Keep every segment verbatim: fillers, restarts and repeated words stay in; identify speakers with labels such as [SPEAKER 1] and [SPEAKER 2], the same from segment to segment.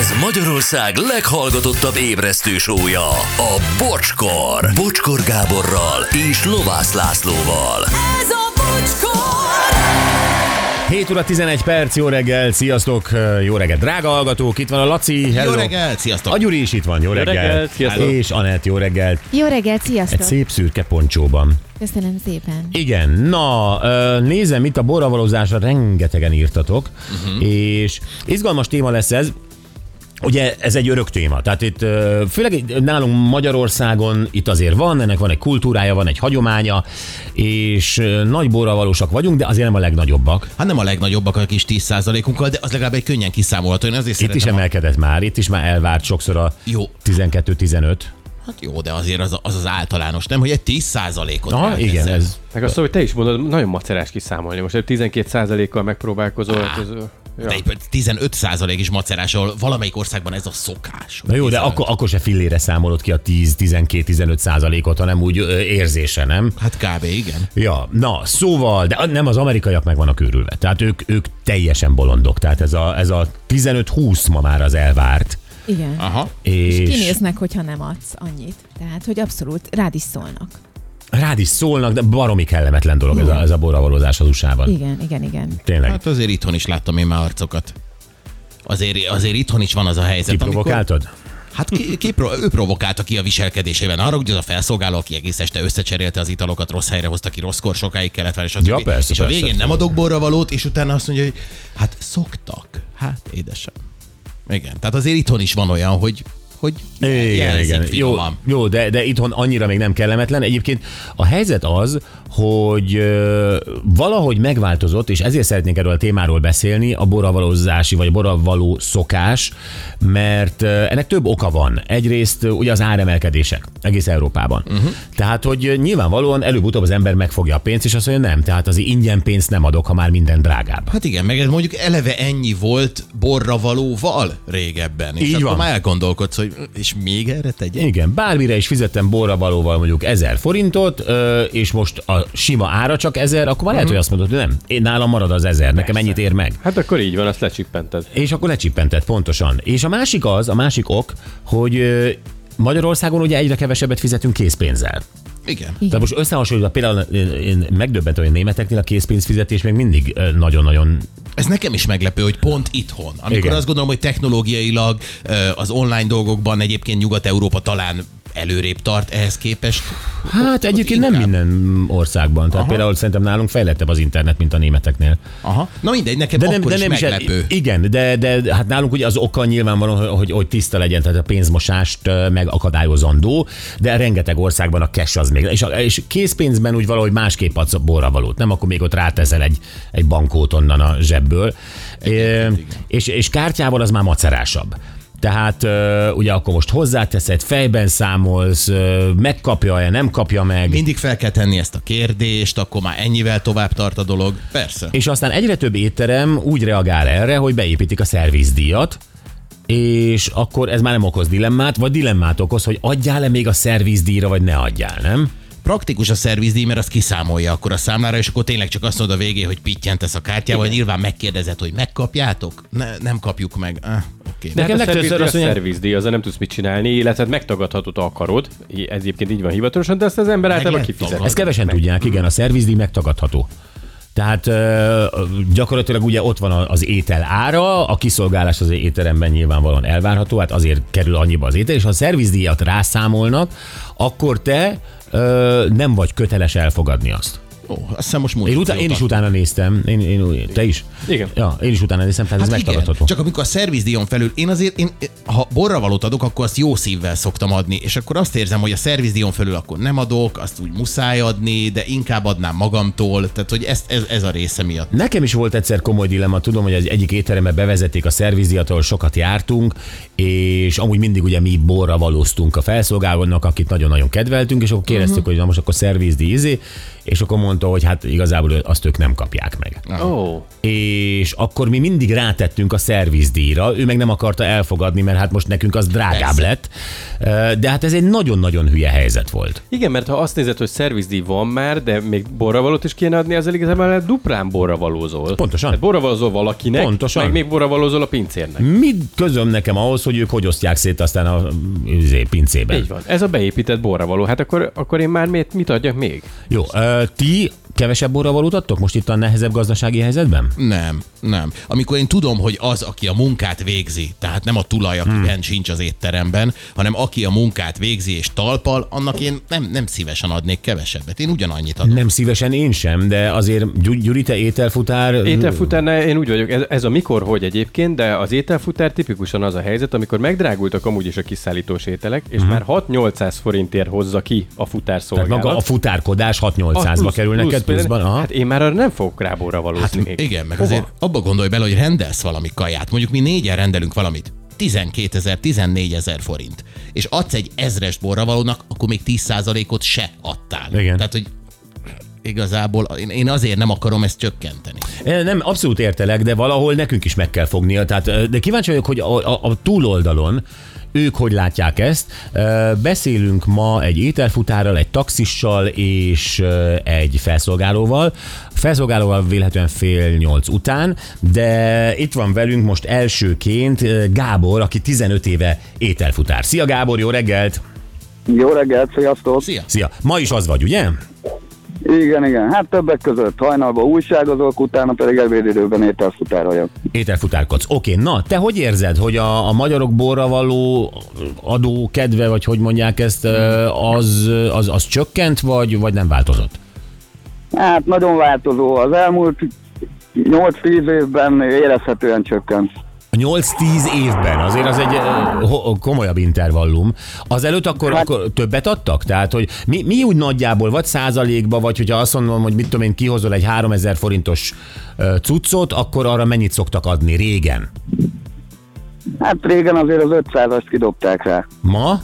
[SPEAKER 1] Ez Magyarország leghallgatottabb ébresztő show-ja, a Bocskor. Bocskor Gáborral és Lovász Lászlóval.
[SPEAKER 2] Ez a Bocskor!
[SPEAKER 3] hét óra tizenegy perc, jó reggel, sziasztok, jó reggel, drága hallgatók, itt van a Laci, hello.
[SPEAKER 4] Jó reggel, sziasztok.
[SPEAKER 3] A Gyuri is itt van, jó reggel.
[SPEAKER 5] Jó reggelt, sziasztok.
[SPEAKER 3] És Anett, jó reggel.
[SPEAKER 6] Jó reggelt, sziasztok!
[SPEAKER 3] Egy szép szürke poncsóban.
[SPEAKER 6] Köszönöm szépen.
[SPEAKER 3] Igen, na, nézem itt a borravalózásra, rengetegen írtatok, uh-huh. és izgalmas téma lesz ez. Ugye ez egy örök téma, tehát itt főleg nálunk Magyarországon itt azért van, ennek van egy kultúrája, van egy hagyománya, és nagy borravalósak vagyunk, de azért nem a legnagyobbak.
[SPEAKER 4] Hát nem a legnagyobbak a kis tíz százalékunkkal, de az legalább egy könnyen kiszámolható. Én azért
[SPEAKER 3] Itt is emelkedett a... már, itt is már elvárt sokszor a
[SPEAKER 4] jó.
[SPEAKER 3] tizenkettő tizenöt.
[SPEAKER 4] Hát jó, de azért az az, az általános, nem, hogy egy tíz százalékot.
[SPEAKER 3] Aha, igen, ez...
[SPEAKER 5] Meg azt, hogy te is mondod, nagyon macerás kiszámolni. Most egy tizenkét százalékkal megpróbálkozol.
[SPEAKER 4] Á,
[SPEAKER 5] ez, ja.
[SPEAKER 4] De egy tizenöt százalék is macerás, ahol valamelyik országban ez a szokás.
[SPEAKER 3] Na jó, de akkor, akkor se fillére számolod ki a tíz, tizenkét, tizenöt százalékot, hanem úgy érzése, nem?
[SPEAKER 4] Hát kb. Igen.
[SPEAKER 3] Ja, na, szóval, de nem, az amerikaiak meg vannak őrülve. Tehát ők, ők teljesen bolondok. Tehát ez a, ez a tizenöt húsz ma már az elvárt.
[SPEAKER 6] Igen.
[SPEAKER 4] Aha.
[SPEAKER 6] És,
[SPEAKER 3] És
[SPEAKER 6] kinéznek, hogyha nem adsz annyit. Tehát, hogy abszolút rád is szólnak.
[SPEAKER 3] rád is szólnak, de baromi kellemetlen dolog ez a, ez a borravalózás az u es á-ban.
[SPEAKER 6] Igen, igen, igen.
[SPEAKER 3] Tényleg.
[SPEAKER 4] Hát azért itthon is láttam én már arcokat. Azért, azért itthon is van az a helyzet.
[SPEAKER 3] Kiprovokáltad?
[SPEAKER 4] Amikor... Hát ki, ki, ő provokálta ki a viselkedésében. Arra, hogy az a felszolgáló, aki egész este összecserélte az italokat, rossz helyre hozta ki, rosszkor, sokáig kellett várni, és,
[SPEAKER 3] ja, persze,
[SPEAKER 4] és a
[SPEAKER 3] persze,
[SPEAKER 4] végén
[SPEAKER 3] persze.
[SPEAKER 4] nem adok borravalót, és utána azt mondja, hogy hát szoktak. Hát édesem. Igen, tehát azért itthon is van olyan, hogy hogy
[SPEAKER 3] igen, igen. Jó, jó de, de itthon annyira még nem kellemetlen. Egyébként a helyzet az, hogy ö, valahogy megváltozott, és ezért szeretnénk erről a témáról beszélni, a borravalózási vagy borravaló szokás, mert ö, ennek több oka van. Egyrészt ö, ugye az áremelkedések egész Európában. Uh-huh. Tehát, hogy nyilvánvalóan előbb-utóbb az ember megfogja a pénzt, és azt mondja, nem, tehát az ingyen pénzt nem adok, ha már minden drágább.
[SPEAKER 4] Hát igen, meg mondjuk eleve ennyi volt borravalóval régebben. És
[SPEAKER 3] így
[SPEAKER 4] akkor
[SPEAKER 3] van.
[SPEAKER 4] már elgondolkodsz, hogy és még erre tegyen?
[SPEAKER 3] Igen, bármire is fizettem borravalóval mondjuk ezer forintot, és most a sima ára csak ezer, akkor már lehet, hogy azt mondod, hogy nem, én nálam marad az ezer, nekem ennyit ér meg.
[SPEAKER 5] Hát akkor így van, azt lecsippented.
[SPEAKER 3] És akkor lecsippented, pontosan. És a másik az, a másik ok, hogy Magyarországon ugye egyre kevesebbet fizetünk készpénzzel.
[SPEAKER 4] Igen.
[SPEAKER 3] De most összehasonlítva, például én megdöbbentem, hogy a németeknél a készpénzfizetés még mindig nagyon-nagyon...
[SPEAKER 4] Ez nekem is meglepő, hogy pont itthon. Amikor
[SPEAKER 3] igen.
[SPEAKER 4] azt gondolom, hogy technológiailag az online dolgokban egyébként Nyugat-Európa talán előrébb tart ehhez képest.
[SPEAKER 3] Hát egyébként nem minden országban. Tehát
[SPEAKER 4] aha.
[SPEAKER 3] például szerintem nálunk fejlettebb az internet, mint a németeknél.
[SPEAKER 4] Aha. Na mindegy, nekem
[SPEAKER 3] de nem,
[SPEAKER 4] akkor
[SPEAKER 3] de
[SPEAKER 4] is
[SPEAKER 3] nem
[SPEAKER 4] meglepő.
[SPEAKER 3] Is, igen, de, de hát nálunk ugye az oka nyilvánvalóan, hogy, hogy tiszta legyen, tehát a pénzmosást megakadályozandó, de rengeteg országban a cash az még. És, és készpénzben úgy valahogy másképp adsz a borravalót, nem? Akkor még ott ráteszel egy, egy bankót onnan a zsebből.
[SPEAKER 4] Igen,
[SPEAKER 3] é, és, és kártyával az már macerásabb. Tehát uh, ugye akkor most hozzáteszed, fejben számolsz, uh, megkapja-e, nem kapja meg.
[SPEAKER 4] Mindig fel kell tenni ezt a kérdést, akkor már ennyivel tovább tart a dolog. Persze.
[SPEAKER 3] És aztán egyre több étterem úgy reagál erre, hogy beépítik a szervizdíjat, és akkor ez már nem okoz dilemmát, vagy dilemmát okoz, hogy adjál-e még a szervizdíjra, vagy ne adjál, nem?
[SPEAKER 4] Praktikus a szervizdíj, mert azt kiszámolja akkor a számlára, és akkor tényleg csak azt mondod a végén, hogy pittyentesz a kártyával, vagy nyilván megkérdezed, hogy megkapjátok? Ne, nem kapjuk meg. Ah, okay.
[SPEAKER 5] De
[SPEAKER 3] Nekem
[SPEAKER 5] hát a
[SPEAKER 3] legtöbbször
[SPEAKER 5] szervizdíj,
[SPEAKER 3] azt
[SPEAKER 5] a
[SPEAKER 3] mondják-
[SPEAKER 5] szervizdíj, azzal nem tudsz mit csinálni, illetve megtagadhatod, ha akarod. Ez egyébként így van hivatalosan, de ezt az ember általában
[SPEAKER 4] lehet
[SPEAKER 5] kifizet.
[SPEAKER 4] tagadni.
[SPEAKER 3] Ezt kevesen tudják, igen, a szervizdíj megtagadható. Tehát uh, gyakorlatilag ugye ott van az étel ára, a kiszolgálás az étteremben nyilvánvalóan elvárható, hát azért kerül annyiba az étel, és ha a szervizdíjat rászámolnak, akkor te uh, nem vagy köteles elfogadni azt.
[SPEAKER 4] Ó, azt hiszem most múlt.
[SPEAKER 3] Én, utá- én is utána néztem, én, én, te is?
[SPEAKER 5] Igen.
[SPEAKER 3] Ja, én is utána néztem, tehát
[SPEAKER 4] Hát
[SPEAKER 3] ez
[SPEAKER 4] igen,
[SPEAKER 3] megtagadható.
[SPEAKER 4] csak amikor a szervizdíjon felül, én azért, én, ha borravalót adok, akkor azt jó szívvel szoktam adni, és akkor azt érzem, hogy a szervizdíjon felül akkor nem adok, azt úgy muszáj adni, de inkább adnám magamtól, tehát hogy ez, ez, ez a része miatt.
[SPEAKER 3] Nekem is volt egyszer komoly dilemma, tudom, hogy az egyik étterembe bevezették a szervizdíjat, ahol sokat jártunk, és amúgy mindig ugye mi borra valóztunk a felszolgálónak, akit nagyon-nagyon kedveltünk, és akkor kérdeztük, uh-huh. hogy na most akkor szervizdíj izé, és akkor mondta, mondta, hogy hát igazából azt ők nem kapják meg.
[SPEAKER 5] Oh.
[SPEAKER 3] És akkor mi mindig rátettünk a szervizdíjra, ő meg nem akarta elfogadni, mert hát most nekünk az drágább Persze. lett. De hát ez egy nagyon-nagyon hülye helyzet volt.
[SPEAKER 5] Igen, mert ha azt nézed, hogy szervizdíj van már, de még borravalót is kéne adni, ezzel igazából duplán borravalózol.
[SPEAKER 3] Pontosan.
[SPEAKER 5] Tehát borravalózol valakinek, Pontosan. meg még borravalózol a pincérnek.
[SPEAKER 3] Mi közöm nekem ahhoz, hogy ők hogy osztják szét aztán a pincében?
[SPEAKER 5] Így van. Ez a beépített borravaló. Hát akkor, akkor én már mit, mit adjak még?
[SPEAKER 3] Jó, uh, ti kevesebb borravalót adtok most itt a nehezebb gazdasági helyzetben?
[SPEAKER 4] Nem, nem. Amikor én tudom, hogy az, aki a munkát végzi, tehát nem a tulaj, aki hmm. bent sincs az étteremben, hanem aki a munkát végzi és talpal, annak én nem, nem szívesen adnék kevesebbet. Én ugyanannyit adok.
[SPEAKER 3] Nem szívesen én sem, de azért Gyuri, te ételfutár...
[SPEAKER 5] Ételfutár, ne, én úgy vagyok, ez, ez a mikor, hogy egyébként, de az ételfutár tipikusan az a helyzet, amikor megdrágultak amúgy is a kiszállítós ételek, és hmm. már hat-nyolcszáz forintért hozza ki a futárszolgálat.
[SPEAKER 3] Tehát maga a futárkodás hat-nyolcszázba kerül neked pluszban? Aha.
[SPEAKER 5] Hát én már arra nem fogok rá borravalózni
[SPEAKER 4] hát,
[SPEAKER 5] még.
[SPEAKER 4] Igen, meg Hova? Azért abba gondolj bele, hogy rendelsz valami kaját. Mondjuk mi négyen rendelünk valamit. tizenkétezer, tizennégyezer forint. És adsz egy ezres borravalónak, akkor még tíz százalékot se adtál.
[SPEAKER 3] Igen.
[SPEAKER 4] Tehát, hogy igazából én azért nem akarom ezt csökkenteni.
[SPEAKER 3] Nem, abszolút értelek, de valahol nekünk is meg kell fognia. Tehát, de kíváncsi vagyok, hogy a, a, a túloldalon ők hogy látják ezt. Beszélünk ma egy ételfutárral, egy taxissal és egy felszolgálóval. A felszolgálóval vélhetően fél nyolc után, de itt van velünk most elsőként Gábor, aki tizenöt éve ételfutár. Szia Gábor, jó reggelt!
[SPEAKER 7] Jó reggelt, sziasztok!
[SPEAKER 3] Szia! Szia! Ma is az vagy, ugye?
[SPEAKER 7] Igen, igen. Hát többek között hajnalban újságozok, utána pedig ebédidőben ételfutár vagyok.
[SPEAKER 3] Ételfutárkodsz. Oké, na, te hogy érzed, hogy a, a magyarok borra való adó kedve, vagy hogy mondják ezt, az, az, az csökkent, vagy, vagy nem változott?
[SPEAKER 7] Hát nagyon változó. Az elmúlt nyolc-tíz évben érezhetően csökkent.
[SPEAKER 3] A nyolc-tíz évben, azért az egy uh, komolyabb intervallum. Azelőtt akkor, hát, akkor többet adtak? Tehát, hogy mi, mi úgy nagyjából, vagy százalékba, vagy hogyha azt mondom, hogy mit tudom én, kihozol egy háromezer forintos uh, cuccot, akkor arra mennyit szoktak adni régen?
[SPEAKER 7] Hát régen azért az ötszázast kidobták rá.
[SPEAKER 3] Ma?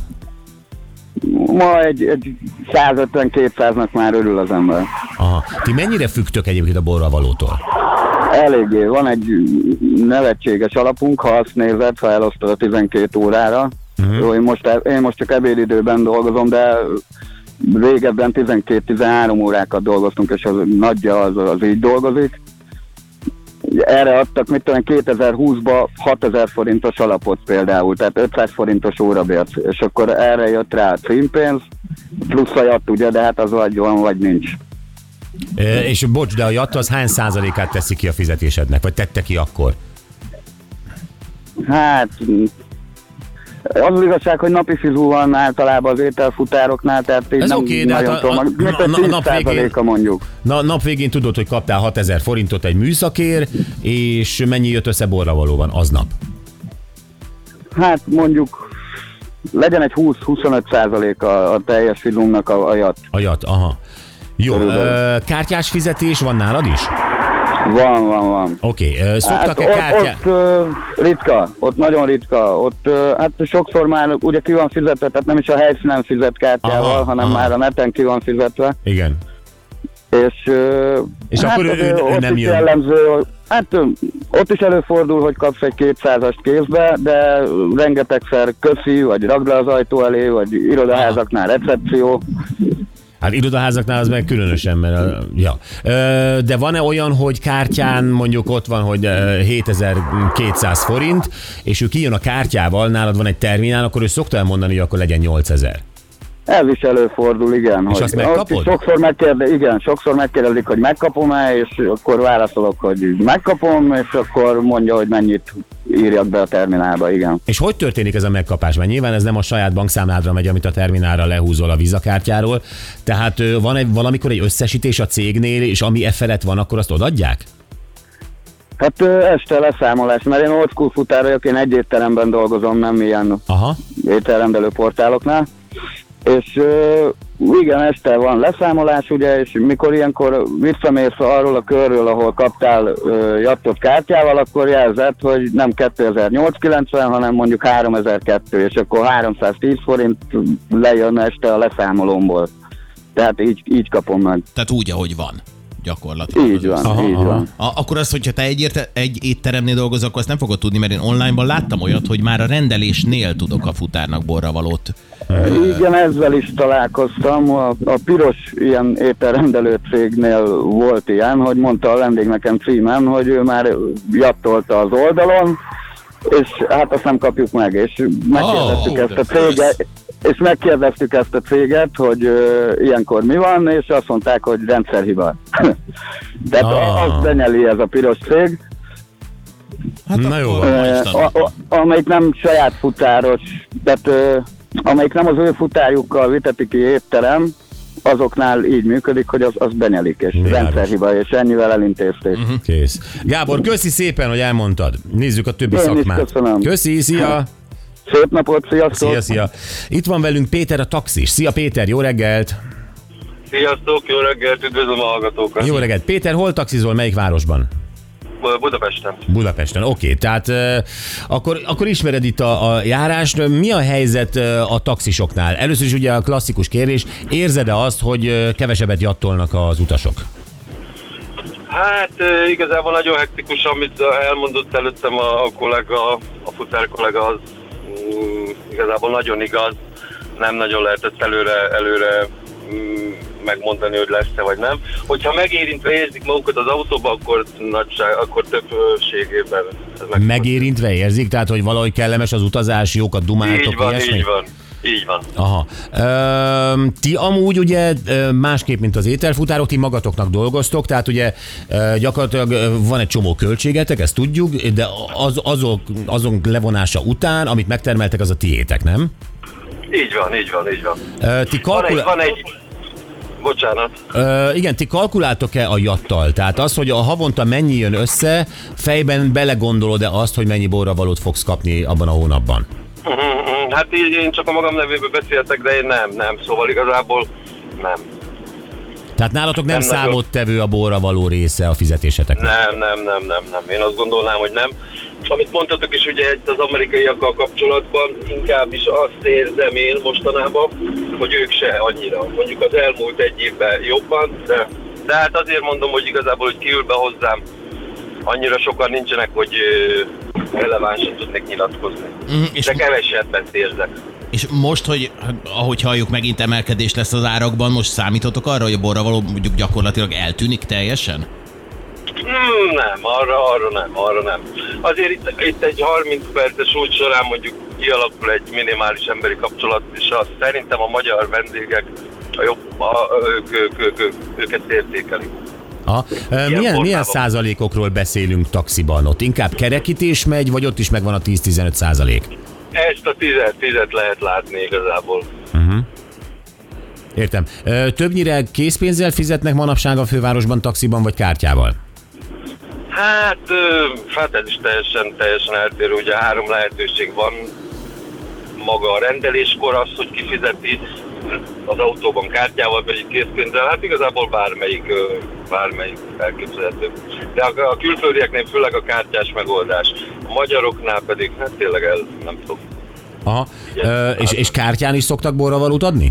[SPEAKER 7] Ma egy, egy százötven-kétszáznak már örül az ember.
[SPEAKER 3] Aha. Ti mennyire függtök egyébként a borravalótól?
[SPEAKER 7] Eléggé. Van egy nevetséges alapunk, ha azt nézed, ha elosztod a tizenkét órára. Uh-huh. Jó, én, most, én most csak ebédidőben dolgozom, de régebben tizenkét-tizenhárom órákat dolgoztunk, és az nagyja az, az így dolgozik. Erre adtak, mit tudom, kétezer-húszban hatezer forintos alapot például, tehát ötszáz forintos órabért, és akkor erre jött rá a címpénz, plusz a jatt, ugye, de hát az vagy van, vagy nincs.
[SPEAKER 3] E, és bocs, de a jatt az hány százalékát teszi ki a fizetésednek, vagy tette ki akkor?
[SPEAKER 7] Hát... Az az igazság, hogy napi fizú van általában az ételfutároknál, tehát így
[SPEAKER 3] ez
[SPEAKER 7] nem
[SPEAKER 3] okay,
[SPEAKER 7] nagyon
[SPEAKER 3] hát
[SPEAKER 7] tudom, mint a tíz százaléka mondjuk.
[SPEAKER 3] Na, nap végén tudod, hogy kaptál hatezer forintot egy műszakért, és mennyi jött össze borravalóban aznap? Hát
[SPEAKER 7] mondjuk legyen egy húsz-huszonöt százalék a, a teljes fizumnak a, a jatt.
[SPEAKER 3] A jatt, aha. Jó, ö, kártyás fizetés van nálad is?
[SPEAKER 7] Van, van, van.
[SPEAKER 3] Oké, okay. Szoktak-e
[SPEAKER 7] hát
[SPEAKER 3] kártyát?
[SPEAKER 7] Ott, ott uh, ritka, ott nagyon ritka. Ott uh, hát sokszor már ugye ki van fizetve, tehát nem is a helyszínen fizet kártyával, aha, hanem aha. már a neten ki van fizetve.
[SPEAKER 3] Igen.
[SPEAKER 7] És, uh,
[SPEAKER 3] és
[SPEAKER 7] hát
[SPEAKER 3] akkor ő, ő, ő nem jön.
[SPEAKER 7] Jellemző, hát uh, ott is előfordul, hogy kapsz egy kétszázast kézbe, de rengetegszer köszi, vagy ragd le az ajtó elé, vagy irodaházaknál recepció.
[SPEAKER 3] Hát irodaházaknál az meg különösen, mert ja. De van-e olyan, hogy kártyán mondjuk ott van, hogy hétezer-kétszáz forint, és ő kijön a kártyával, nálad van egy terminál, akkor ő szokta elmondani, hogy akkor legyen nyolcezer.
[SPEAKER 7] Ez is előfordul, igen.
[SPEAKER 3] És
[SPEAKER 7] hogy
[SPEAKER 3] azt megkapod?
[SPEAKER 7] Sokszor megkérde, igen, sokszor megkérdezik, hogy megkapom-e, és akkor válaszolok, hogy megkapom, és akkor mondja, hogy mennyit írjak be a terminálba, igen.
[SPEAKER 3] És hogy történik ez a megkapás? Mert nyilván ez nem a saját bankszámládra megy, amit a terminálra lehúzol a Visa-kártyáról. Tehát van egy, valamikor egy összesítés a cégnél, és ami e felett van, akkor azt odaadják?
[SPEAKER 7] Hát este leszámolás, mert én old school futár vagyok, én egy étteremben dolgozom, nem ilyen Aha. ételrendelő portáloknál. És uh, igen, este van leszámolás, ugye, és mikor ilyenkor visszamész arról a körről, ahol kaptál uh, jattot kártyával, akkor jelzed, hogy nem kétezer-nyolcszázkilencven, hanem mondjuk háromezer-kettő, és akkor háromszáztíz forint lejön este a leszámolómból. Tehát így, így kapom meg.
[SPEAKER 4] Tehát úgy, ahogy van. Gyakorlatilag.
[SPEAKER 7] Így van,
[SPEAKER 3] Aha,
[SPEAKER 7] így
[SPEAKER 3] aha.
[SPEAKER 7] van.
[SPEAKER 4] A, akkor az, hogyha te egy, érte, egy étteremnél dolgozol, akkor azt nem fogod tudni, mert én onlineban láttam olyat, hogy már a rendelésnél tudok a futárnak borravalót.
[SPEAKER 7] Igen, ezzel is találkoztam. A, a piros ilyen ételrendelő cégnél volt ilyen, hogy mondta a vendég nekem címen, hogy ő már jattolta az oldalon, és hát azt nem kapjuk meg, és megkérdeztük
[SPEAKER 4] Oh,
[SPEAKER 7] ezt a céget, és megkérdeztük ezt a céget, hogy uh, ilyenkor mi van, és azt mondták, hogy rendszerhiba. Tehát
[SPEAKER 3] Ah.
[SPEAKER 7] azt benyeli ez a piros cég,
[SPEAKER 4] Hát
[SPEAKER 3] Na jó
[SPEAKER 4] akkor
[SPEAKER 3] van.
[SPEAKER 4] ma is
[SPEAKER 7] uh, a,
[SPEAKER 4] tanultam.
[SPEAKER 7] a, amelyik nem saját futáros, tehát uh, amelyik nem az ő futárjukkal viteti ki étterem, azoknál így működik, hogy az, az benyelik, és
[SPEAKER 3] Világos.
[SPEAKER 7] rendszerhiba, és ennyivel elintézték. Uh-huh.
[SPEAKER 3] Kész. Gábor, köszi szépen, hogy elmondtad. Nézzük a többi
[SPEAKER 7] Én is
[SPEAKER 3] szakmát.
[SPEAKER 7] köszönöm.
[SPEAKER 3] Köszi, szia!
[SPEAKER 7] Szép napot, sziasztok!
[SPEAKER 3] Szia, szia! Itt van velünk Péter a taxis. Szia Péter, jó reggelt!
[SPEAKER 8] Sziasztok, jó reggelt, üdvözlöm a hallgatókat.
[SPEAKER 3] Jó reggelt. Péter, hol taxizol, melyik városban?
[SPEAKER 8] Budapesten.
[SPEAKER 3] Budapesten, oké. Okay. Tehát uh, akkor, akkor ismered itt a, a járást. Mi a helyzet uh, a taxisoknál? Először is ugye a klasszikus kérdés, érzed-e azt, hogy uh, kevesebbet jattolnak az utasok?
[SPEAKER 8] Hát e, igazából nagyon hektikus, amit elmondott előttem a, a kollega, a futár kollega, az mm, igazából nagyon igaz. Nem nagyon lehetett előre, előre mm, megmondani, hogy lesz-e vagy nem. Hogyha megérintve érzik magukat az autóba, akkor, nagyság, akkor többségében ez meg.
[SPEAKER 3] Megérintve érzik, tehát hogy valahogy kellemes az utazás, jókat dumáltok,
[SPEAKER 8] Így van,
[SPEAKER 3] ilyesmi?
[SPEAKER 8] így van. Így van.
[SPEAKER 3] Aha. Ö, ti amúgy ugye ö, másképp, mint az ételfutárok, ti magatoknak dolgoztok, tehát ugye ö, gyakorlatilag ö, van egy csomó költségetek, ezt tudjuk, de az, azok, azon levonása után, amit megtermeltek, az a tiétek, nem?
[SPEAKER 8] Így van, így van, így van.
[SPEAKER 3] Ö, ti
[SPEAKER 8] Van egy,
[SPEAKER 3] kalkul...
[SPEAKER 8] van egy... Bocsánat.
[SPEAKER 3] Ö, igen, ti kalkuláltok-e a jattal? Tehát az, hogy a havonta mennyi jön össze, fejben belegondolod-e azt, hogy mennyi borravalót fogsz kapni abban a hónapban?
[SPEAKER 8] Hát így én csak a magam nevében beszéltek, de én nem, nem. Szóval igazából nem.
[SPEAKER 3] Tehát nálatok nem,
[SPEAKER 8] Nem
[SPEAKER 3] számottevő a borravaló része a fizetéseteknek?
[SPEAKER 8] Nem, nem, nem, nem, nem. Én azt gondolnám, hogy nem. Amit mondtatok is ugye itt az amerikaiakkal kapcsolatban, inkább is azt érzem én mostanában, hogy ők se annyira. Mondjuk az elmúlt egy évben jobban, de, de hát azért mondom, hogy igazából, hogy kiül be hozzám, annyira sokan nincsenek, hogy ö, relevánsan tudnék nyilatkozni.
[SPEAKER 4] Mm, és,
[SPEAKER 8] De kevesebbet érzek.
[SPEAKER 4] és most, hogy ahogy halljuk, megint emelkedés lesz az árakban, most számítotok arra, hogy a borravaló mondjuk gyakorlatilag eltűnik teljesen?
[SPEAKER 8] Hmm, nem, arra, arra nem, arra nem. Azért itt, itt egy harminc perces út során mondjuk kialakul egy minimális emberi kapcsolat, és azt szerintem a magyar vendégek a jobb, a, ők, ők, ők, ők, őket értékelik.
[SPEAKER 3] Ha. Milyen,
[SPEAKER 8] formában.
[SPEAKER 3] milyen százalékokról beszélünk taxiban? Ott inkább kerekítés megy, vagy ott is megvan a tíz-tizenöt százalék?
[SPEAKER 8] Ezt a tizet, tizet lehet látni igazából.
[SPEAKER 3] Értem. Ö, Többnyire készpénzzel fizetnek manapság a fővárosban taxiban, vagy kártyával?
[SPEAKER 8] Hát, ö, hát ez is teljesen, teljesen eltérő, ugye három lehetőség van. Maga a rendeléskor az, hogy kifizeti az autóban kártyával, vagy készpénzzel, hát igazából bármelyik, ö, bármelyik elképzelhető. De a, a külföldieknél főleg a kártyás megoldás. A magyaroknál pedig, hát tényleg el nem tudom.
[SPEAKER 3] Aha. Ö, és, és kártyán is szoktak borravalót adni?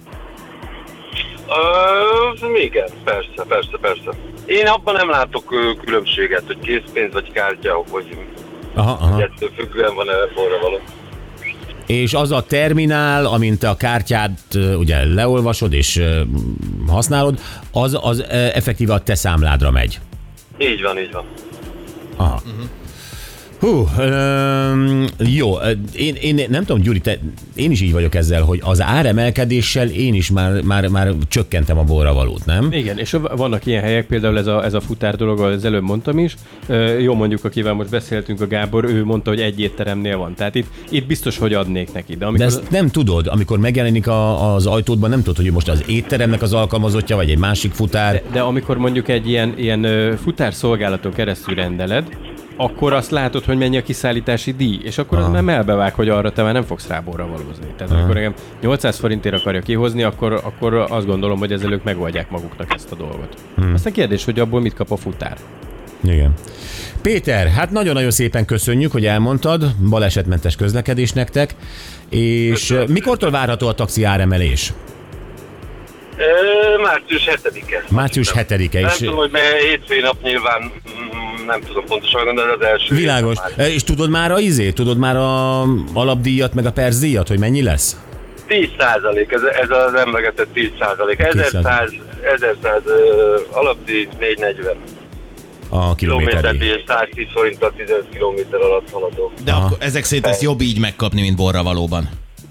[SPEAKER 8] Ö, igen, persze, persze, persze. Én abban nem látok ö, különbséget, hogy készpénz vagy kártya, hogy
[SPEAKER 3] Aha, aha.
[SPEAKER 8] ettől függően van-e forravaló.
[SPEAKER 3] És az a terminál, amint a kártyát ö, ugye leolvasod és ö, használod, az, az ö, effektíve a te számládra megy.
[SPEAKER 8] Így van, így van.
[SPEAKER 3] Aha. Uh-huh. Hú, öm, jó, én, én nem tudom, Gyuri, te, én is így vagyok ezzel, hogy az áremelkedéssel én is már, már, már csökkentem a borravalót, nem?
[SPEAKER 5] Igen, és vannak ilyen helyek, például ez a, ez a futár dolog, az előbb mondtam is. Ö, jó, mondjuk, akivel most beszéltünk, a Gábor, ő mondta, hogy egy étteremnél van. Tehát itt, itt biztos, hogy adnék neki. De, amikor...
[SPEAKER 3] De ezt nem tudod, amikor megjelenik a, az ajtódban, nem tudod, hogy most az étteremnek az alkalmazottja, vagy egy másik futár.
[SPEAKER 5] De, de amikor mondjuk egy ilyen, ilyen ö, futárszolgálaton keresztül rendeled, akkor azt látod, hogy mennyi a kiszállítási díj, és akkor az nem elbevág, hogy arra te már nem fogsz rá borravalózni. Tehát
[SPEAKER 3] Aha.
[SPEAKER 5] amikor nekem nyolcszáz forintért akarja kihozni, akkor, akkor azt gondolom, hogy ezzel ők megoldják maguknak ezt a dolgot. Hmm. Aztán kérdés, hogy abból mit kap a futár.
[SPEAKER 3] Igen. Péter, hát nagyon-nagyon szépen köszönjük, hogy elmondtad, balesetmentes közlekedés nektek, és mikortól várható a taxi áremelés?
[SPEAKER 8] Ö, március hetedike.
[SPEAKER 3] Március hetedike
[SPEAKER 8] Nem
[SPEAKER 3] is.
[SPEAKER 8] tudom, hogy mert hétfői nap nyilván mm, nem tudom pontosan, de az első.
[SPEAKER 3] Világos.
[SPEAKER 8] Már.
[SPEAKER 3] És tudod már a izét? Tudod már a alapdíjat, meg a percdíjat, hogy mennyi lesz?
[SPEAKER 8] tíz százalék, ez, ez az emlegetett tíz százalék. ezerszáz, ezerszáz uh, alapdíj, négyszáznegyven.
[SPEAKER 3] A kilométerdíj.
[SPEAKER 8] Kilométerdíj, száztíz forinttal tizenöt kilométer alatt haladó.
[SPEAKER 4] De akkor ezek szerint ezt jobb így megkapni, mint borra valóban.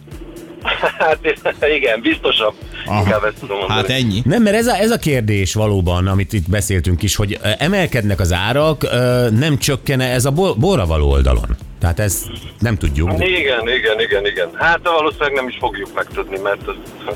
[SPEAKER 8] Hát igen, biztosabb.
[SPEAKER 4] Aha.
[SPEAKER 8] Inkább ezt tudom mondani.
[SPEAKER 4] Hát ennyi.
[SPEAKER 3] Nem, mert ez a, ez a kérdés valóban, amit itt beszéltünk is, hogy ö, emelkednek az árak, ö, nem csökkene ez a bo- borravaló oldalon. Tehát ezt nem tudjuk.
[SPEAKER 8] Igen, igen, igen, igen. Hát valószínűleg nem is fogjuk megtudni, mert az, az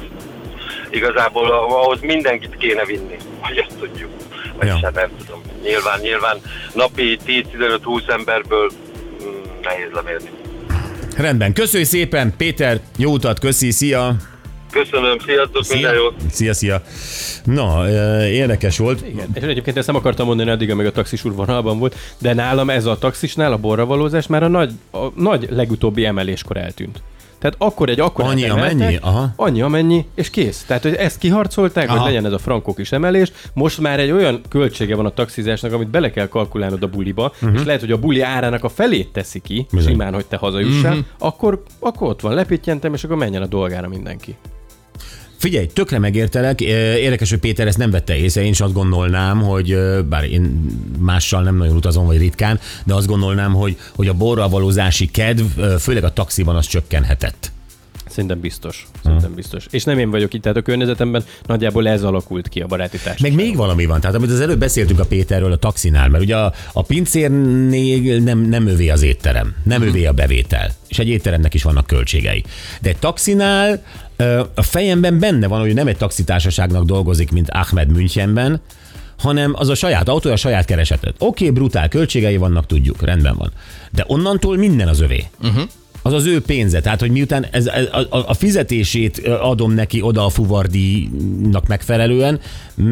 [SPEAKER 8] igazából ahhoz mindenkit kéne vinni, hogy ezt tudjuk. Vagy
[SPEAKER 3] Ja.
[SPEAKER 8] ja. nem tudom. Nyilván, nyilván napi tíz-tizenöt-húsz emberből mm, nehéz lemérni.
[SPEAKER 3] Rendben, köszönjük szépen, Péter, jó utat, köszi, szia!
[SPEAKER 8] Köszönöm, sziasztok,
[SPEAKER 4] Szia.
[SPEAKER 8] minden jót!
[SPEAKER 3] Szia, szia! Na, ö, érdekes volt.
[SPEAKER 5] Igen. És egyébként ezt nem akartam mondani addig, amíg a taxis úr vonalban volt, de nálam ez a taxisnál a borravalózás már a nagy, a nagy legutóbbi emeléskor eltűnt. Tehát akkor egy akkor
[SPEAKER 3] Annyi, amennyi? Aha.
[SPEAKER 5] Annyi, amennyi, és kész. Tehát, hogy ezt kiharcolták,
[SPEAKER 4] Aha.
[SPEAKER 5] hogy legyen ez a frankó kis emelés. Most már egy olyan költsége van a taxizásnak, amit bele kell kalkulálnod a buliba, uh-huh. és lehet, hogy a buli árának a felét teszi ki,
[SPEAKER 3] Bizony.
[SPEAKER 5] simán, hogy te hazajussál, uh-huh. akkor, akkor ott van, lepitjentem, és akkor menjen a dolgára mindenki.
[SPEAKER 3] Figyelj, tökre megértelek. Érdekes, hogy Péter ezt nem vette észre. Én is azt gondolnám, hogy bár én mással nem nagyon utazom, vagy ritkán, de azt gondolnám, hogy, hogy a borravalózási kedv, főleg a taxiban az csökkenhetett.
[SPEAKER 5] Szerintem biztos. Szerintem biztos. És nem én vagyok itt, tehát a környezetemben nagyjából ez alakult ki a baráti társaság.
[SPEAKER 3] Meg még valami van, tehát amit az előbb beszéltünk a Péterről a taxinál, mert ugye a, a pincérnél nem, nem övé az étterem, nem övé a bevétel, és egy étteremnek is vannak költségei. De egy taxinál ö, a fejemben benne van, hogy nem egy taxitársaságnak dolgozik, mint Ahmed Münchenben, hanem az a saját autója, a saját keresetet. Oké, okay, brutál költségei vannak, tudjuk, rendben van. De onnantól minden az övé. Uh-huh. Az az ő pénze, tehát hogy miután ez, a, a, a fizetését adom neki oda a fuvardíjnak megfelelően,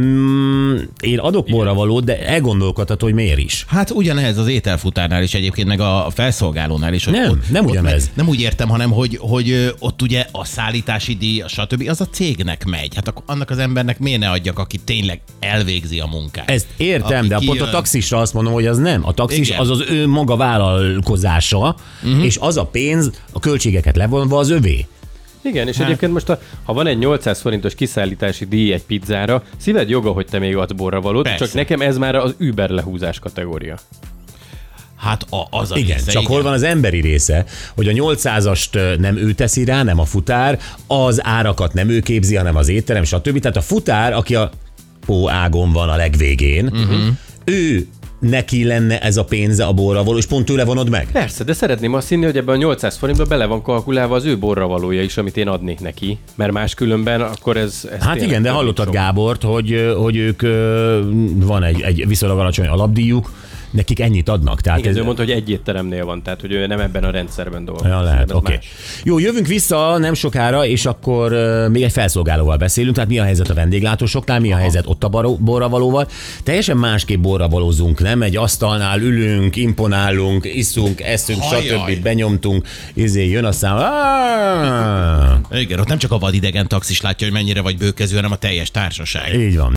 [SPEAKER 3] mm, én adok borravalót, de elgondolkodható, hogy miért is.
[SPEAKER 4] Hát ugyanez az ételfutárnál is egyébként, meg a felszolgálónál is. hogy
[SPEAKER 3] Nem,
[SPEAKER 4] ott,
[SPEAKER 3] nem
[SPEAKER 4] ott
[SPEAKER 3] ugyanez.
[SPEAKER 4] meg, nem úgy értem, hanem hogy, hogy ö, ott ugye a szállítási díj, a stb. Az a cégnek megy. Hát akkor annak az embernek miért ne adjak, aki tényleg elvégzi a munkát.
[SPEAKER 3] Ezt értem,
[SPEAKER 4] Aki
[SPEAKER 3] de
[SPEAKER 4] kijön.
[SPEAKER 3] pont a taxisra azt mondom, hogy az nem. A taxis
[SPEAKER 4] Igen.
[SPEAKER 3] az az ő maga vállalkozása, uh-huh. és az a pénz, a költségeket levonva az övé.
[SPEAKER 5] Igen, és
[SPEAKER 4] Hát.
[SPEAKER 5] egyébként most, a, ha van egy nyolcszáz forintos kiszállítási díj egy pizzára, szíved joga, hogy te még adsz borravalót,
[SPEAKER 4] Persze.
[SPEAKER 5] csak nekem ez már az Uber lehúzás kategória.
[SPEAKER 4] Hát a, az a
[SPEAKER 3] Igen,
[SPEAKER 4] része,
[SPEAKER 3] csak
[SPEAKER 4] igen.
[SPEAKER 3] hol van az emberi része, hogy a nyolcszázast nem ő teszi rá, nem a futár, az árakat nem ő képzi, hanem az étterem, stb. Tehát a futár, aki a pó ágon van a legvégén, uh-huh. ő neki lenne ez a pénze a borravaló, és pont tőle vonod meg.
[SPEAKER 5] Persze, de szeretném azt hinni, hogy ebben a nyolcszáz forintba bele van kalkulálva az ő borravalója is, amit én adnék neki, mert máskülönben akkor ez... ez
[SPEAKER 3] Hát
[SPEAKER 5] tényleg
[SPEAKER 3] igen, de
[SPEAKER 5] több,
[SPEAKER 3] hallottad
[SPEAKER 5] mint sok.
[SPEAKER 3] Gábort, hogy, hogy ők ö, van egy, egy viszonylag alacsony alapdíjuk, nekik ennyit adnak. Tehát
[SPEAKER 5] Igen,
[SPEAKER 3] ez,
[SPEAKER 5] ő mondta, hogy egy étteremnél van, tehát hogy ő nem ebben a rendszerben dolgozik.
[SPEAKER 3] Ja, lehet,
[SPEAKER 5] Szerintem
[SPEAKER 3] oké.
[SPEAKER 5] más.
[SPEAKER 3] Okay. Jó, jövünk vissza nem sokára, és akkor uh, még egy felszolgálóval beszélünk, tehát mi a helyzet a vendéglátósoknál, mi a helyzet ott a baró- borravalóval. Teljesen másképp borravalózunk, nem? Egy asztalnál ülünk, imponálunk, iszunk, eszünk,
[SPEAKER 4] Ajaj.
[SPEAKER 3] stb. Benyomtunk, izé, jön a szám. Ah!
[SPEAKER 4] Igen, ott nem csak a vadidegen taxis látja, hogy mennyire vagy bőkező, hanem a teljes társaság.
[SPEAKER 3] Így van.